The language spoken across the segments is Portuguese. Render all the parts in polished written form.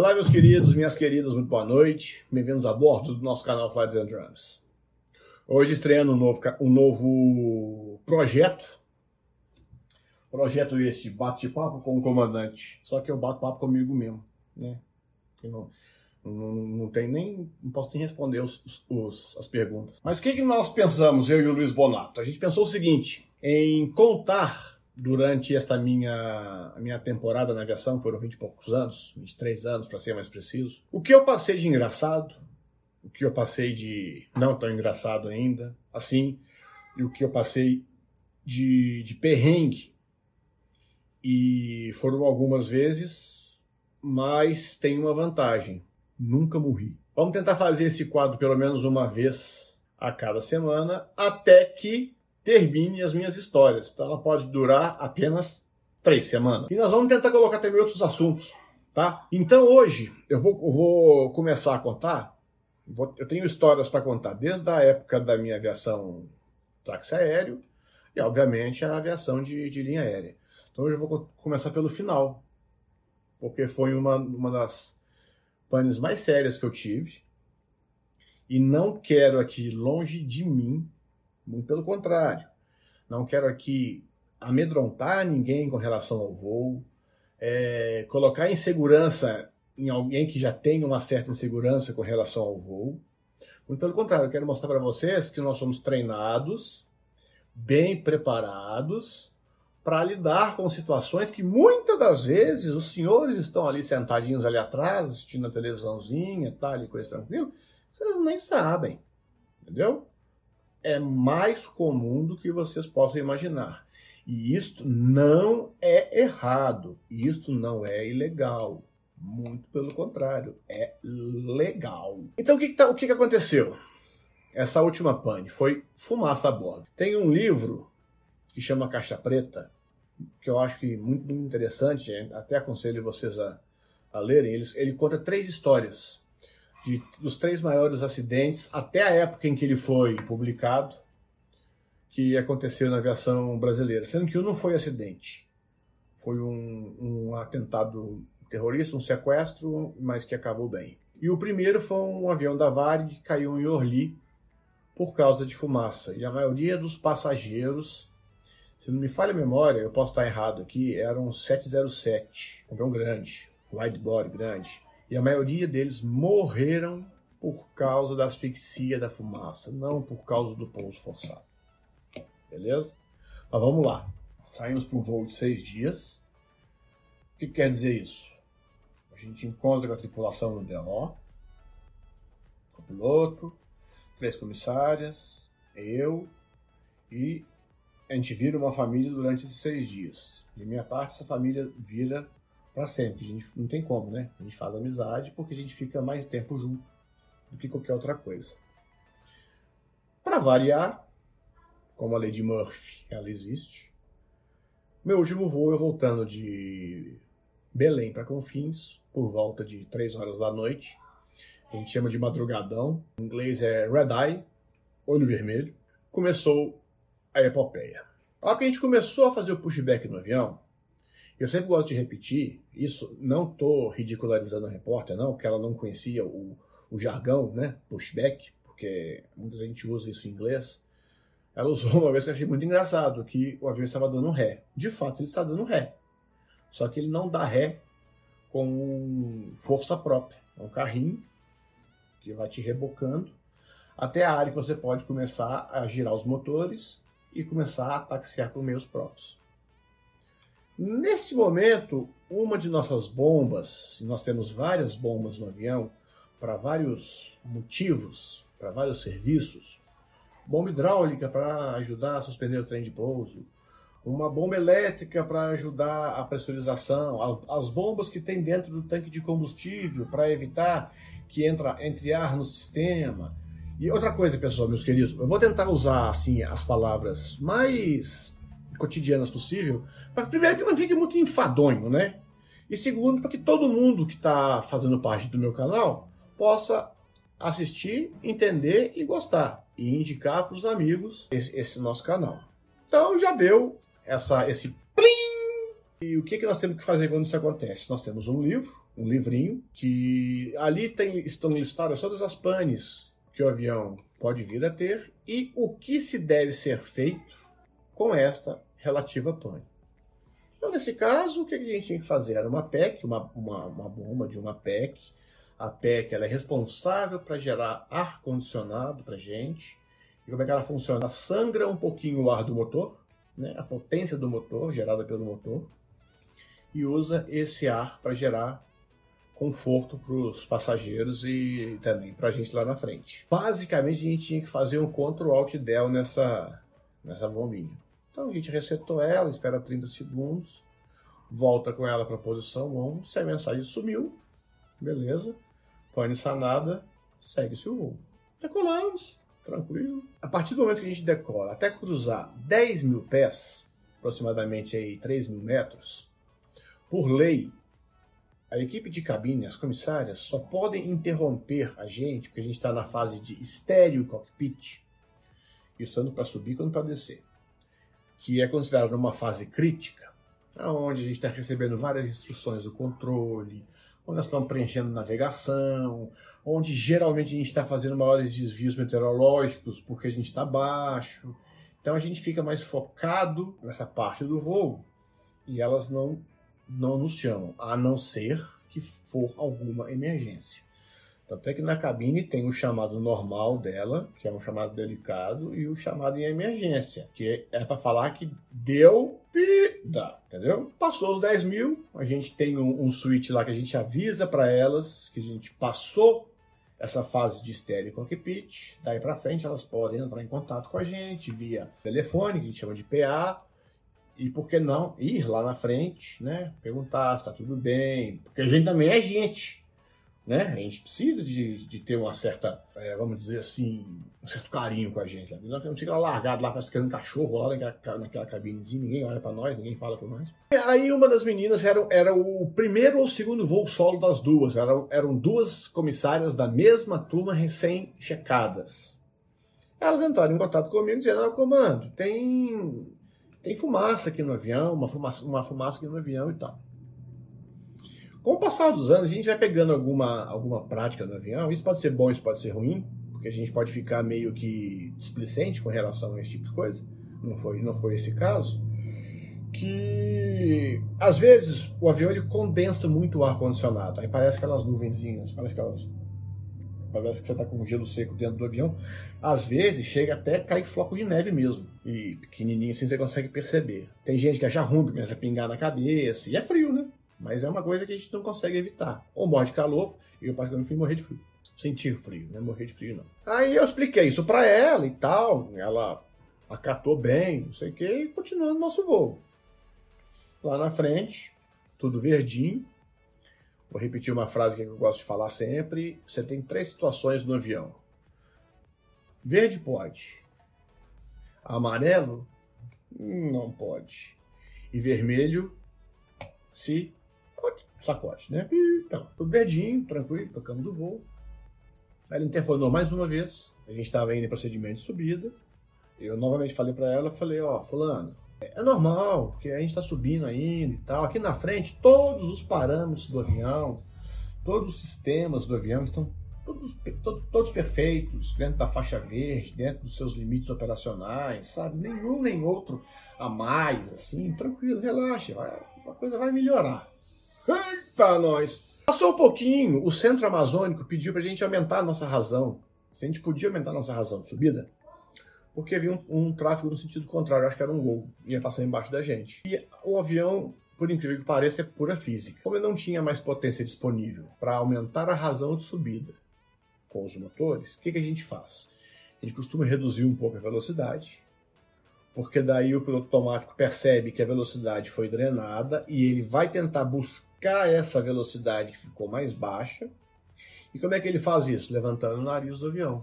Olá, meus queridos, minhas queridas, muito boa noite. Bem-vindos a bordo do nosso canal Flights and Drums. Hoje estreando um novo projeto. Projeto este, bate-papo com o comandante. Só que eu bato papo comigo mesmo, né? Eu não posso nem responder as perguntas. Mas o que nós pensamos, eu e o Luiz Bonato? A gente pensou o seguinte, em contar durante esta minha temporada na aviação, foram 20 e poucos anos, 23 anos para ser mais preciso, o que eu passei de engraçado, o que eu passei de não tão engraçado ainda, assim, e o que eu passei de perrengue. E foram algumas vezes, mas tem uma vantagem, nunca morri. Vamos tentar fazer esse quadro pelo menos uma vez a cada semana, até que termine as minhas histórias. Então ela pode durar apenas 3 semanas. E nós vamos tentar colocar também outros assuntos, tá? Então hoje eu vou começar a contar. Eu tenho histórias para contar desde a época da minha aviação táxi aéreo e, obviamente, a aviação de linha aérea. Então hoje eu vou começar pelo final, porque foi uma das panes mais sérias que eu tive. E não quero aqui, longe de mim, muito pelo contrário, não quero aqui amedrontar ninguém com relação ao voo, colocar insegurança em alguém que já tem uma certa insegurança com relação ao voo. Muito pelo contrário, eu quero mostrar para vocês que nós somos treinados, bem preparados, para lidar com situações que muitas das vezes os senhores estão ali sentadinhos ali atrás, assistindo a televisãozinha, tá ali, coisa tranquila, vocês nem sabem, entendeu? É mais comum do que vocês possam imaginar. E isto não é errado, isto não é ilegal. Muito pelo contrário, é legal. Então o que aconteceu? Essa última pane foi fumaça a bordo. Tem um livro que chama Caixa Preta, que eu acho que muito interessante, até aconselho vocês a lerem. Ele conta 3 histórias dos 3 maiores acidentes até a época em que ele foi publicado, que aconteceu na aviação brasileira, sendo que um não foi acidente, foi um atentado terrorista, um sequestro, mas que acabou bem. E o primeiro foi um avião da Varig que caiu em Orly por causa de fumaça, e a maioria dos passageiros, se não me falha a memória, eu posso estar errado aqui, eram 707, um avião grande, wide body grande. E a maioria deles morreram por causa da asfixia da fumaça, não por causa do pouso forçado. Beleza? Mas vamos lá. Saímos para um voo de 6 dias. O que quer dizer isso? A gente encontra a tripulação no DO, o piloto, 3 comissárias, eu, e a gente vira uma família durante esses 6 dias. De minha parte, essa família vira para sempre. A gente não tem como, né? A gente faz amizade porque a gente fica mais tempo junto do que qualquer outra coisa. Para variar, como a lei de Murphy, ela existe. Meu último voo eu voltando de Belém para Confins, por volta de 3 horas da noite. A gente chama de madrugadão. Em inglês é red eye, olho vermelho. Começou a epopeia. A hora que a gente começou a fazer o pushback no avião, eu sempre gosto de repetir, isso não estou ridicularizando a repórter, não, porque ela não conhecia o jargão, né, pushback, porque muita gente usa isso em inglês. Ela usou uma vez que eu achei muito engraçado, que o avião estava dando ré. De fato, ele está dando ré. Só que ele não dá ré com força própria. É um carrinho que vai te rebocando até a área que você pode começar a girar os motores e começar a taxiar por meios próprios. Nesse momento, uma de nossas bombas, e nós temos várias bombas no avião, para vários motivos, para vários serviços, bomba hidráulica para ajudar a suspender o trem de pouso, uma bomba elétrica para ajudar a pressurização, as bombas que tem dentro do tanque de combustível para evitar que entre ar no sistema. E outra coisa, pessoal, meus queridos, eu vou tentar usar assim as palavras mais cotidianas possível, para primeiro que não fique muito enfadonho, né? E segundo, para que todo mundo que está fazendo parte do meu canal possa assistir, entender e gostar, e indicar para os amigos esse nosso canal. Então já deu esse plim E o que nós temos que fazer quando isso acontece? Nós temos um livrinho, que ali estão listadas todas as panes que o avião pode vir a ter e o que se deve ser feito com esta relativa pane. Então, nesse caso, o que a gente tinha que fazer? Era uma PEC, uma bomba de uma PEC. A PEC ela é responsável para gerar ar-condicionado para a gente. E como é que ela funciona? Ela sangra um pouquinho o ar do motor, né? A potência do motor, gerada pelo motor, e usa esse ar para gerar conforto para os passageiros e também para a gente lá na frente. Basicamente, a gente tinha que fazer um Ctrl-Alt-Del nessa bombinha. Então a gente resetou ela, espera 30 segundos, volta com ela para a posição ON, se a mensagem sumiu, beleza, pane sanada, segue-se o voo. Decolamos, tranquilo. A partir do momento que a gente decola até cruzar 10 mil pés, aproximadamente aí 3 mil metros, por lei, a equipe de cabine, as comissárias, só podem interromper a gente, porque a gente está na fase de estéreo cockpit, isso tanto para subir quanto para descer, que é considerada uma fase crítica, onde a gente está recebendo várias instruções do controle, onde nós estamos preenchendo navegação, onde geralmente a gente está fazendo maiores desvios meteorológicos porque a gente está baixo. Então a gente fica mais focado nessa parte do voo e elas não nos chamam, a não ser que for alguma emergência. Tanto é que na cabine tem o chamado normal dela, que é um chamado delicado, e o chamado em emergência, que é para falar que deu pida, entendeu? Passou os 10 mil, a gente tem um switch lá que a gente avisa para elas que a gente passou essa fase de estéreo cockpit. Daí para frente elas podem entrar em contato com a gente via telefone, que a gente chama de PA, e por que não ir lá na frente, né? Perguntar se está tudo bem, porque a gente também é gente, né? A gente precisa de ter uma certa, vamos dizer assim, um certo carinho com a gente. Né? Nós não fica largado lá, parece que é um cachorro lá naquela cabinezinha, ninguém olha para nós, ninguém fala com nós. E aí uma das meninas era o primeiro ou segundo voo solo das duas, eram duas comissárias da mesma turma recém-checadas. Elas entraram em contato comigo dizendo, comando, tem fumaça aqui no avião, uma fumaça aqui no avião e tal. Com o passar dos anos, a gente vai pegando alguma prática no avião. Isso pode ser bom, isso pode ser ruim, porque a gente pode ficar meio que displicente com relação a esse tipo de coisa. Não foi esse caso. Que, às vezes, o avião ele condensa muito o ar-condicionado. Aí parece aquelas nuvenzinhas, parece que você está com um gelo seco dentro do avião. Às vezes chega até a cair floco de neve mesmo. E pequenininho assim você consegue perceber. Tem gente que acha ruim, começa a pingar na cabeça. E é frio, né? Mas é uma coisa que a gente não consegue evitar. Ou morre de calor, e eu particularmente fui morrer de frio. Sentir frio, não é morrer de frio não. Aí eu expliquei isso para ela e tal. Ela acatou bem, não sei o que, e continuando o nosso voo. Lá na frente, tudo verdinho. Vou repetir uma frase que eu gosto de falar sempre. Você tem 3 situações no avião. Verde pode. Amarelo? Não pode. E vermelho? Se sacode, né? Então, tudo verdinho, tranquilo, tocamos o voo. Ela interfonou mais uma vez. A gente estava indo em procedimento de subida. Eu novamente falei para ela, falei, fulano, é normal, porque a gente está subindo ainda e tal. Aqui na frente, todos os parâmetros do avião, todos os sistemas do avião estão todos perfeitos, dentro da faixa verde, dentro dos seus limites operacionais, sabe? Nenhum nem outro a mais, assim, tranquilo, relaxa, a coisa vai melhorar. Eita, nós! Passou um pouquinho, o Centro Amazônico pediu pra gente aumentar a nossa razão. Se a gente podia aumentar a nossa razão de subida, porque havia um tráfego no sentido contrário, acho que era um Gol, ia passar embaixo da gente. E o avião, por incrível que pareça, é pura física. Como ele não tinha mais potência disponível para aumentar a razão de subida com os motores, o que a gente faz? A gente costuma reduzir um pouco a velocidade, porque daí o piloto automático percebe que a velocidade foi drenada e ele vai tentar buscar essa velocidade que ficou mais baixa. E como é que ele faz isso? Levantando o nariz do avião,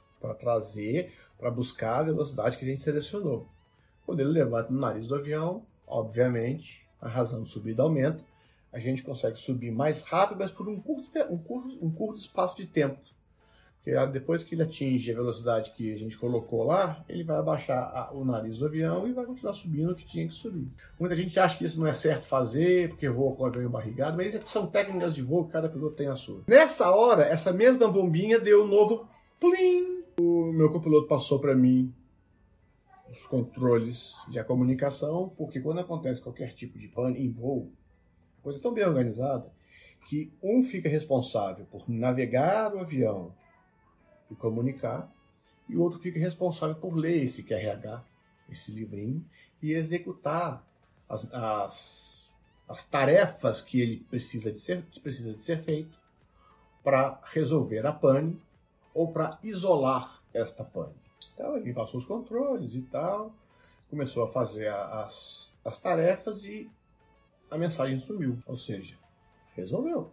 para buscar a velocidade que a gente selecionou. Quando ele levanta no nariz do avião, obviamente, a razão de subida aumenta, a gente consegue subir mais rápido, mas por um curto espaço de tempo. Porque Porque depois que ele atinge a velocidade que a gente colocou lá, ele vai abaixar o nariz do avião e vai continuar subindo o que tinha que subir. Muita gente acha que isso não é certo fazer, porque voa com o avião embarrigado, mas são técnicas de voo que cada piloto tem a sua. Nessa hora, essa mesma bombinha deu um novo plim. O meu copiloto passou para mim os controles de comunicação, porque quando acontece qualquer tipo de pane em voo, coisa tão bem organizada, que um fica responsável por navegar o avião e comunicar, e o outro fica responsável por ler esse QRH, esse livrinho, e executar as tarefas que ele precisa de ser feito para resolver a pane ou para isolar esta pane. Então ele passou os controles e tal, começou a fazer as tarefas e a mensagem sumiu. Ou seja, resolveu.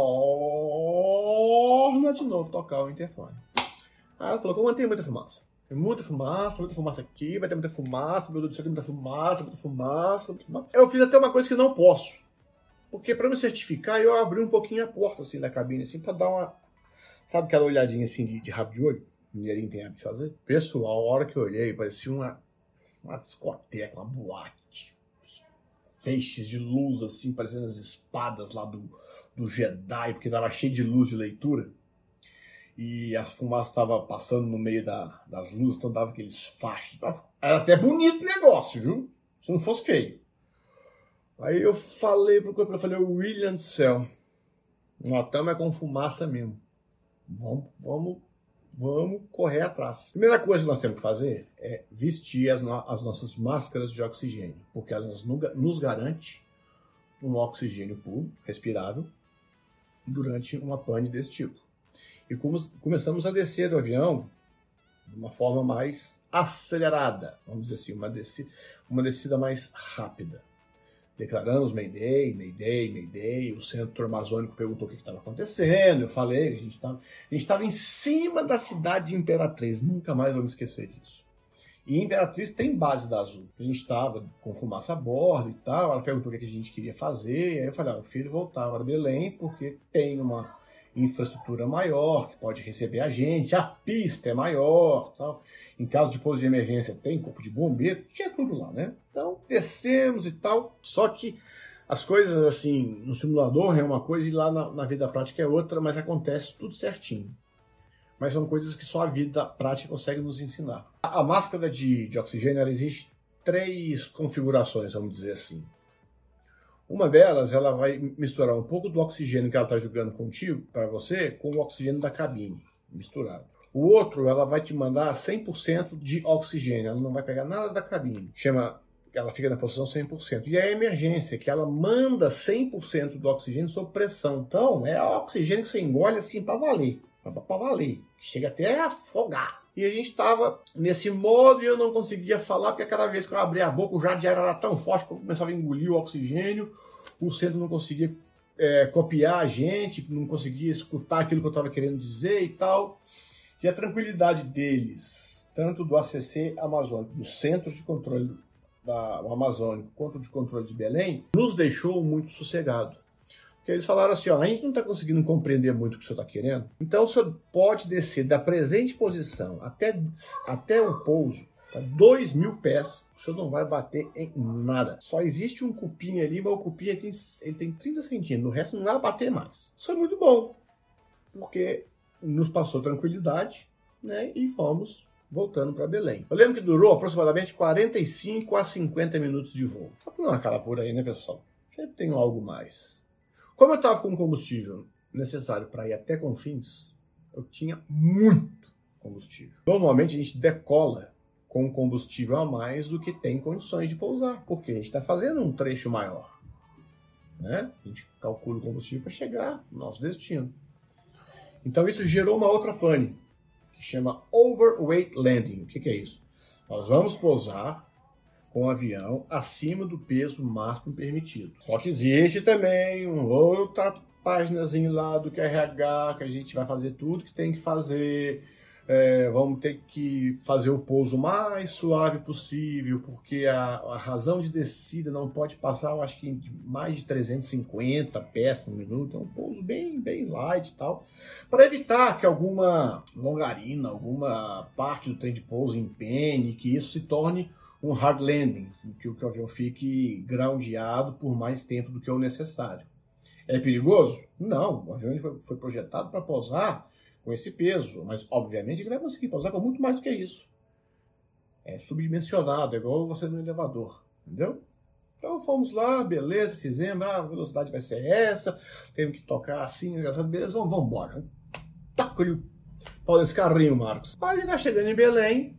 Torna de novo tocar o interfone. Aí ela falou, como tem muita fumaça. Tem muita fumaça aqui, vai ter muita fumaça, meu Deus do céu, tem muita fumaça, muita fumaça, muita fumaça. Eu fiz até uma coisa que não posso. Porque para me certificar, eu abri um pouquinho a porta assim da cabine, assim, para dar uma... Sabe aquela olhadinha assim de rabo de olho? O mineirinho tem hábito de fazer. Pessoal, a hora que eu olhei, parecia uma discoteca, uma boate. Feixes de luz, assim, parecendo as espadas lá do Jedi, porque tava cheio de luz de leitura. E as fumaças estavam passando no meio das luzes, então dava aqueles fachos. Era até bonito o negócio, viu? Se não fosse feio. Aí eu falei pro corpo, eu falei, William do céu, nós estamos com fumaça mesmo. Vamos correr atrás. Primeira coisa que nós temos que fazer é vestir as nossas máscaras de oxigênio, porque elas nos garantem um oxigênio puro, respirável, durante uma pane desse tipo. E começamos a descer do avião de uma forma mais acelerada, vamos dizer assim, uma descida mais rápida. Declaramos Mayday, Mayday, Mayday. O centro amazônico perguntou o que estava acontecendo. Eu falei, a gente estava em cima da cidade de Imperatriz. Nunca mais vou me esquecer disso. E Imperatriz tem base da Azul. A gente estava com fumaça a bordo e tal. Ela perguntou o que a gente queria fazer. E aí eu falei, o filho voltava para Belém porque tem uma infraestrutura maior que pode receber a gente. A pista é maior, tal. Em caso de pouso de emergência tem corpo de bombeiro, tinha tudo lá, né? Então descemos e tal, só que as coisas assim, no simulador é uma coisa e lá na vida prática é outra, mas acontece tudo certinho. Mas são coisas que só a vida prática consegue nos ensinar. A máscara de oxigênio, ela existe 3 configurações, vamos dizer assim. Uma delas, ela vai misturar um pouco do oxigênio que ela está jogando contigo, para você, com o oxigênio da cabine, misturado. O outro, ela vai te mandar 100% de oxigênio, ela não vai pegar nada da cabine. Ela fica na posição 100%. E a emergência, que ela manda 100% do oxigênio sob pressão. Então, é o oxigênio que você engole assim para valer. Para valer. Chega até a afogar. E a gente estava nesse modo e eu não conseguia falar, porque cada vez que eu abria a boca, o jardim era tão forte que eu começava a engolir o oxigênio. O centro não conseguia copiar a gente, não conseguia escutar aquilo que eu estava querendo dizer e tal. E a tranquilidade deles, tanto do ACC Amazônico, do Centro de Controle do Amazônico, quanto de controle de Belém, nos deixou muito sossegado. Porque eles falaram assim, a gente não está conseguindo compreender muito o que o senhor está querendo, então o senhor pode descer da presente posição até o pouso, para 2.000 pés, o senhor não vai bater em nada. Só existe um cupim ali, mas o cupim ele tem 30 centímetros, o resto não vai bater mais. Isso é muito bom, porque nos passou tranquilidade, né, e fomos voltando para Belém. Eu lembro que durou aproximadamente 45 a 50 minutos de voo. Só que não acaba por aí, né, pessoal? Sempre tem algo mais. Como eu estava com combustível necessário para ir até Confins, eu tinha muito combustível. Normalmente a gente decola com combustível a mais do que tem condições de pousar, porque a gente está fazendo um trecho maior, né? A gente calcula o combustível para chegar no nosso destino. Então isso gerou uma outra pane, que chama Overweight Landing. O que é isso? Nós vamos pousar com o avião acima do peso máximo permitido. Só que existe também uma outra páginazinha lá do QRH, que a gente vai fazer tudo que tem que fazer, Vamos ter que fazer o pouso mais suave possível, porque a razão de descida não pode passar, eu acho que de mais de 350 pés por minuto, é um pouso bem light e tal, para evitar que alguma longarina, alguma parte do trem de pouso empene, que isso se torne um hard landing, que o avião fique groundeado por mais tempo do que o necessário. É perigoso? Não, o avião foi projetado para pousar com esse peso, mas obviamente ele vai conseguir pousar com muito mais do que isso. É subdimensionado, é igual você no elevador, entendeu? Então fomos lá, beleza, fizemos, a velocidade vai ser essa, temos que tocar assim, beleza, vamos embora. Taca-lhe o pau nesse carrinho, Marcos. Aí nós chegando em Belém,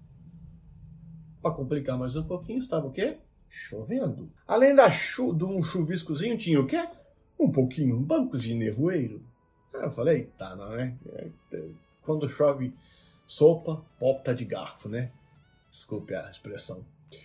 para complicar mais um pouquinho, estava o quê? Chovendo. Além de um chuviscozinho, tinha o quê? Um pouquinho, um banco de nevoeiro. Eu falei, tá, não é? Quando chove sopa, popta de garfo, né? Desculpe a expressão.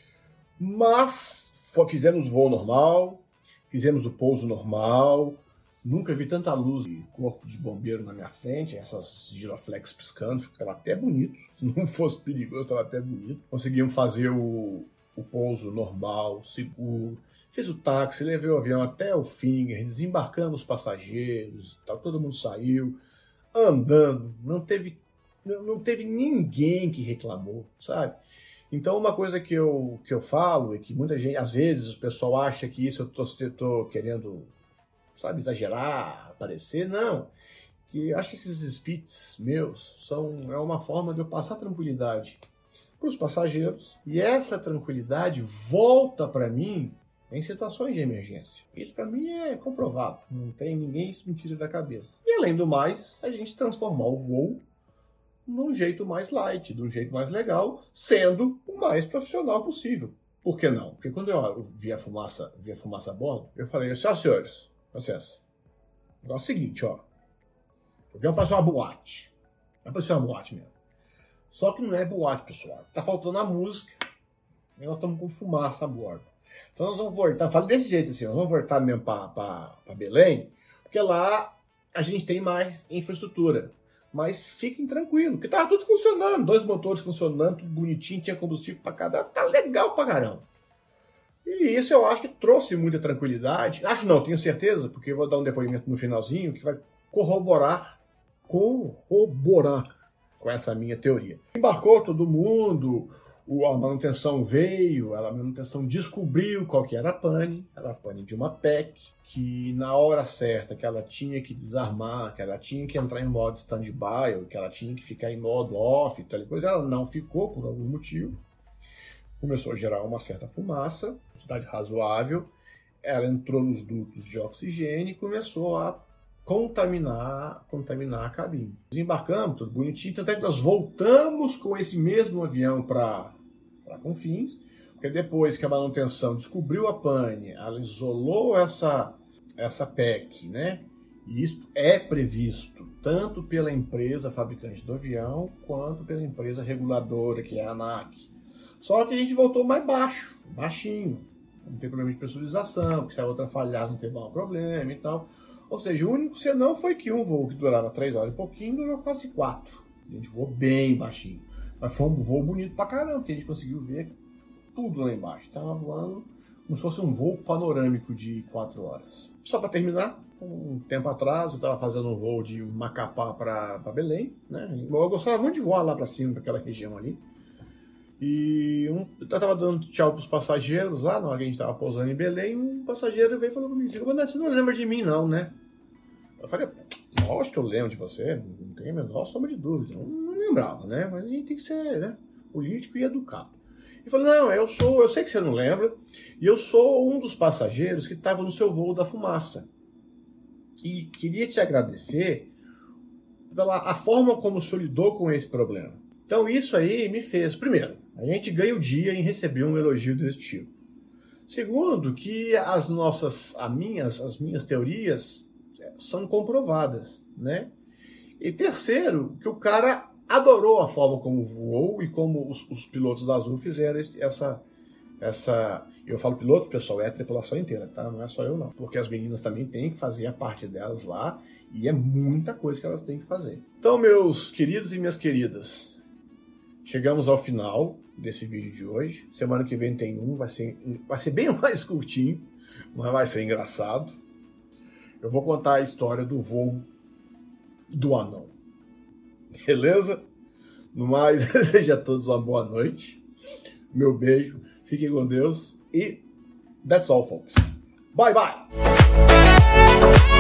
Mas fizemos o voo normal, fizemos o pouso normal, nunca vi tanta luz de corpo de bombeiro na minha frente, essas giroflex piscando, estava até bonito. Se não fosse perigoso, estava até bonito. Conseguimos fazer o pouso normal, seguro. Fiz o táxi, levei o avião até o Finger, desembarcamos os passageiros, todo mundo saiu, andando, não teve ninguém que reclamou, sabe? Então uma coisa que eu falo é que muita gente, às vezes o pessoal acha que isso eu tô querendo, sabe, exagerar, aparecer, não. Que acho que esses speeches meus é uma forma de eu passar tranquilidade para os passageiros, e essa tranquilidade volta para mim em situações de emergência. Isso para mim é comprovado, não tem ninguém isso me tira da cabeça. E além do mais, a gente transformar o voo num jeito mais light, de um jeito mais legal, sendo o mais profissional possível. Por que não? Porque quando eu vi a fumaça a bordo, eu falei, senhores, licença, o negócio é o seguinte, ó, o avião passou uma boate. Vai parecer uma boate mesmo. Só que não é boate, pessoal. Tá faltando a música. E nós estamos com fumaça a bordo. Então nós vamos voltar, falo desse jeito assim, nós vamos voltar mesmo para Belém, porque lá a gente tem mais infraestrutura. Mas fiquem tranquilos, porque tava tudo funcionando, 2 motores funcionando, tudo bonitinho, tinha combustível para cada, tá legal pra caramba. E isso eu acho que trouxe muita tranquilidade. Acho não, tenho certeza, porque eu vou dar um depoimento no finalzinho que vai corroborar com essa minha teoria. Embarcou todo mundo, a manutenção veio, a manutenção descobriu qual que era a pane de uma PEC, que na hora certa que ela tinha que desarmar, que ela tinha que entrar em modo stand-by, ou que ela tinha que ficar em modo off, tal coisa, ela não ficou por algum motivo. Começou a gerar uma certa fumaça, velocidade razoável, ela entrou nos dutos de oxigênio e começou a contaminar a cabine. Desembarcamos, tudo bonitinho, tanto é que nós voltamos com esse mesmo avião para Confins, porque depois que a manutenção descobriu a pane, ela isolou essa PEC, né? E isso é previsto tanto pela empresa fabricante do avião, quanto pela empresa reguladora, que é a ANAC. Só que a gente voltou mais baixinho, não tem problema de pressurização, porque se a outra falhar não tem mau problema e tal. Ou seja, o único senão foi que um voo que durava 3 horas e pouquinho durou quase 4. A gente voou bem baixinho. Mas foi um voo bonito pra caramba, porque a gente conseguiu ver tudo lá embaixo. Estava voando como se fosse um voo panorâmico de 4 horas. Só para terminar, um tempo atrás eu estava fazendo um voo de Macapá para Belém, né? Eu gostava muito de voar lá para cima, para aquela região ali. E eu estava dando tchau para os passageiros lá, na hora que a gente estava pousando em Belém, um passageiro veio e falou comigo, você não lembra de mim não, né? Eu falei, lógico que eu lembro de você, não tem a menor sombra de dúvida. Eu não lembrava, né? Mas a gente tem que ser, né, político e educado. Ele falou, não, eu sei que você não lembra, e eu sou um dos passageiros que estava no seu voo da fumaça. E queria te agradecer pela forma como o senhor lidou com esse problema. Então isso aí me fez, primeiro, a gente ganha o dia em receber um elogio desse tipo. Segundo, que as minhas teorias são comprovadas, né? E terceiro, que o cara adorou a forma como voou e como os pilotos da Azul fizeram Eu falo piloto, pessoal, é a tripulação inteira, tá? Não é só eu não. Porque as meninas também têm que fazer a parte delas lá e é muita coisa que elas têm que fazer. Então, meus queridos e minhas queridas, chegamos ao final desse vídeo de hoje. Semana que vem tem um, vai ser bem mais curtinho, mas vai ser engraçado. Eu vou contar a história do voo do anão. Beleza? No mais, desejo a todos uma boa noite. Meu beijo, fiquem com Deus e that's all, folks. Bye, bye!